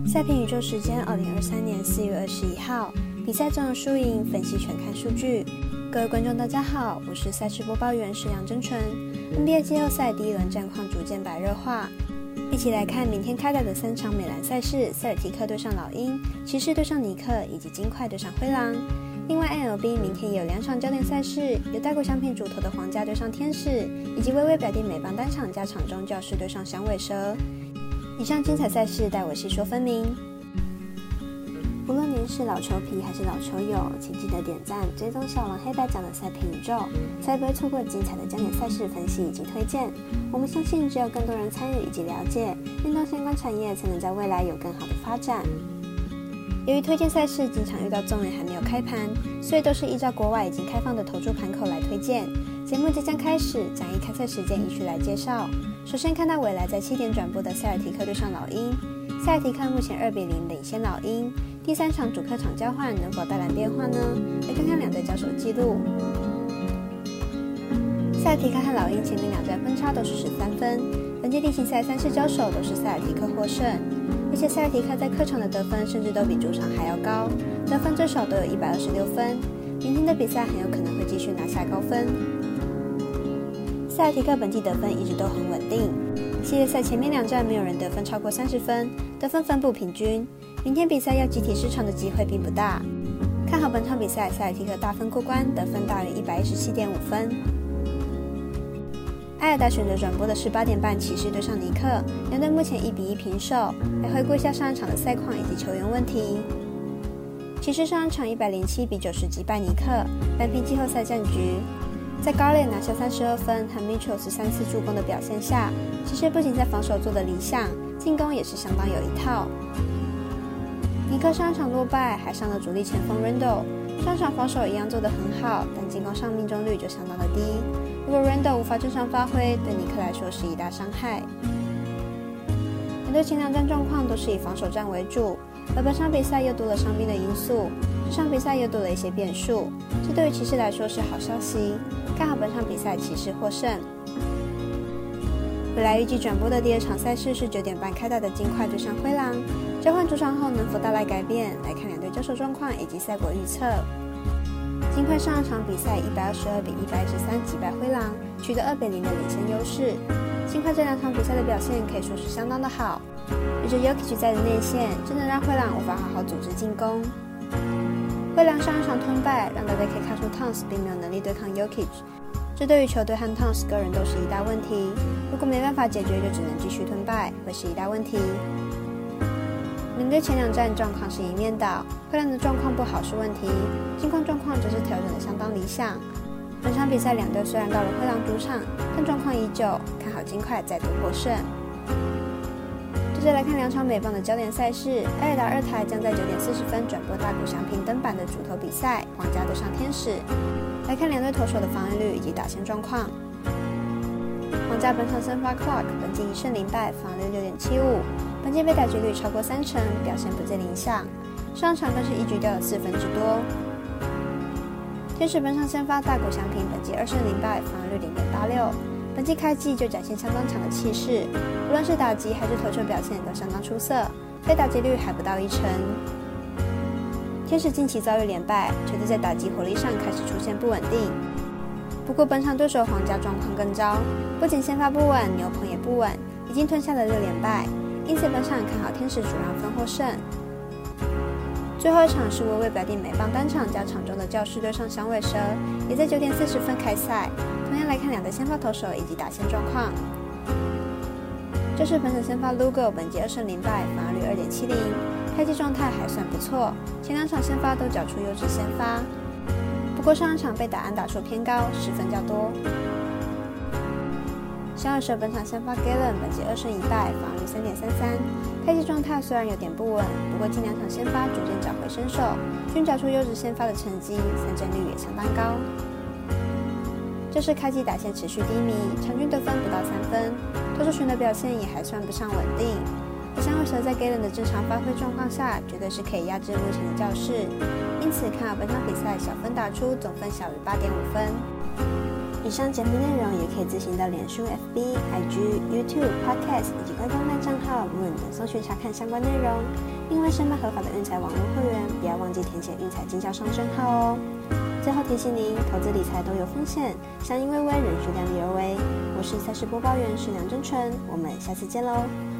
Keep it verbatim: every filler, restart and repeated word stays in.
赛评宇宙时间二零二三年四月二十一号，比赛中的输赢分析全看数据。各位观众大家好，我是赛事播报员石杨真纯。N B A 季后赛第一轮战况逐渐白热化，一起来看明天开打的三场美篮赛事：塞尔提克对上老鹰，骑士对上尼克，以及金块对上灰狼。另外 M L B 明天也有两场焦点赛事，有大谷翔平主投的皇家对上天使，以及微微表弟美邦单场加场中教士对上响尾蛇。以上精彩赛事待我细说分明。无论您是老球皮还是老球友，请记得点赞、追踪小王黑白奖的赛评宇宙，才不会错过精彩的焦点赛事分析以及推荐。我们相信，只有更多人参与以及了解运动相关产业，才能在未来有更好的发展。由于推荐赛事经常遇到众人还没有开盘，所以都是依照国外已经开放的投注盘口来推荐。节目即将开始，将依开赛时间依序来介绍。首先看到未来在七点转播的塞尔提克对上老鹰，塞尔提克目前二比零领先老鹰。第三场主客场交换能否带来变化呢？来看看两队交手记录。塞尔提克和老鹰前面两战分差都是十三分，本届例行赛三次交手都是塞尔提克获胜，而且塞尔提克在客场的得分甚至都比主场还要高，得分最少都有一百二十六分。明天的比赛很有可能会继续拿下高分。塞尔提克本季得分一直都很稳定，系列赛前面两战没有人得分超过三十分，得分分布平均。明天比赛要集体失常的机会并不大，看好本场比赛塞尔提克大分过关，得分大于一百一十七点五分。艾尔达选择转播的是八点半骑士对上尼克，两队目前一比一平手。来回顾一下上一场的赛况以及球员问题。骑士上一场一百零七比九十击败尼克，扳平季后赛战局。在 Garland 拿下三十二分和 Mitchell 十三次助攻的表现下，骑士不仅在防守做得理想，进攻也是相当有一套。尼克上一场落败，还伤了主力前锋 Randle， 上场防守一样做得很好，但进攻上命中率就相当的低。如果 Randle 无法正常发挥，对尼克来说是一大伤害。两队前两战状况都是以防守战为主，而本场比赛又多了伤病的因素，这场比赛又多了一些变数，这对于骑士来说是好消息，看好本场比赛骑士获胜。未来预计转播的第二场赛事是九点半开打的金块对上灰狼，交换主场后能否带来改变？来看两队交手状况以及赛果预测。金块上一场比赛一百二十二比一百一十三击败灰狼，取得二比零的领先优势。金块这两场比赛的表现可以说是相当的好，有着 Jokic 在的内线，真的让灰狼无法好好组织进攻。灰狼上一场吞败，让大家可以看出 Towns 并没有能力对抗 Jokic， 这对于球队和 Towns 个人都是一大问题。如果没办法解决，就只能继续吞败，会是一大问题。两队前两战状况是一面倒，灰狼的状况不好是问题，近况状况则是调整的相当理想。本场比赛两队虽然到了灰狼主场，但状况依旧，看好金块再度获胜。接着来看两场美棒的焦点赛事，艾尔达二台将在九点四十分转播大谷翔平登板的主投比赛，皇家对上天使。来看两队投手的防御率以及打线状况。皇家本场先发 Clark 本季一胜零败，防御率 六点七五，本季被打击率超过三成，表现不见理想，上场更是一举掉了四分之多。天使本场先发大谷翔平本季二胜零败，防御率 零点八六，本季开季就展现相当强的气势，无论是打击还是投球表现都相当出色，被打击率还不到一成。天使近期遭遇连败，球队在打击火力上开始出现不稳定。不过本场对手皇家状况更糟，不仅先发不稳，牛棚也不稳，已经吞下了六连败，因此本场看好天使主让分获胜。最后一场是微微表弟美邦单场加场中的教士对上响尾蛇，也在九点四十分开赛。同样来看两队先发投手以及打线状况。这是本场先发 Lugo 本季二胜零败，防御率 二点七零，开季状态还算不错，前两场先发都缴出优质先发。不过上一场被打安打数偏高，十分较多。响尾蛇本场先发 Galen 本季二胜一败，防御率 三点三三，开季状态虽然有点不稳，不过近两场先发逐渐找回身手，均缴出优质先发的成绩，三振率也相当高。这是开季打线持续低迷，场均得分不到三分，投手群的表现也还算不上稳定。而响尾蛇在 Galen 的正常发挥状况下，绝对是可以压制目前的教士，因此看好本场比赛小分打出，总分小于 八点五分。以上节目内容也可以自行到脸书、F B、I G、YouTube、Podcast 以及官方赖账号 Moon 等搜寻查看相关内容。 另外，申办合法的运彩网络会员，不要忘记填写运彩经销商证号哦。最后提醒您，投资理财都有风险，相因微微，仍需量力而为。我是赛事播报员是梁真纯，我们下次见喽。